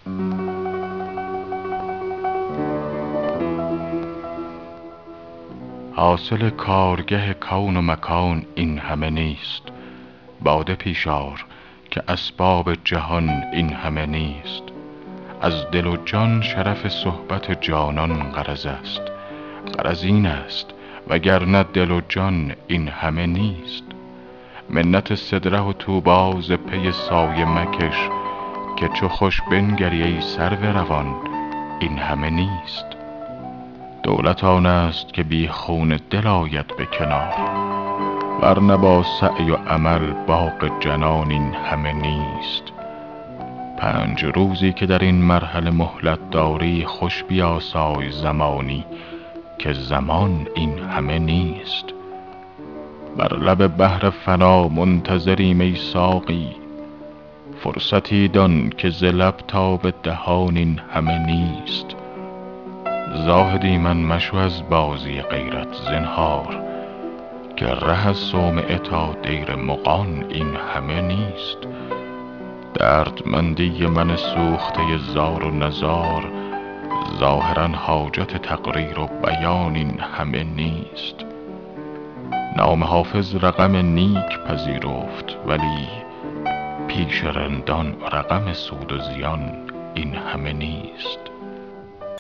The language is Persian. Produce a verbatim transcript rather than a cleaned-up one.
حاصل کارگه کون و مکان این همه نیست. باده پیش آر که اسباب جهان این همه نیست. از دل و جان شرف صحبت جانان غرض است. غرض این است وگرنه دل و جان این همه نیست. منت سدره و طوبی ز پی سایه مکش، که چو خوش بنگری ای سرو روان این همه نیست. دولت آن است که بی خون دل آید به کنار، ورنه با سعی و عمل باغ جنان این همه نیست. پنج روزی که در این مرحله مهلت داری، خوش بیاسای زمانی که زمان این همه نیست. بر لب بحر فنا منتظریم ای ساقی، فرصتی دان که ز لب تا به دهان این همه نیست. زاهدی من مشو از بازی غیرت زنهار، که ره از صومعه تا دیر مغان این همه نیست. دردمندی من سوخته زار و نزار، ظاهرا حاجت تقریر و بیان این همه نیست. نام حافظ رقم نیک پذیرفت، ولی پیش رندان رقم سود و زیان این همه نیست.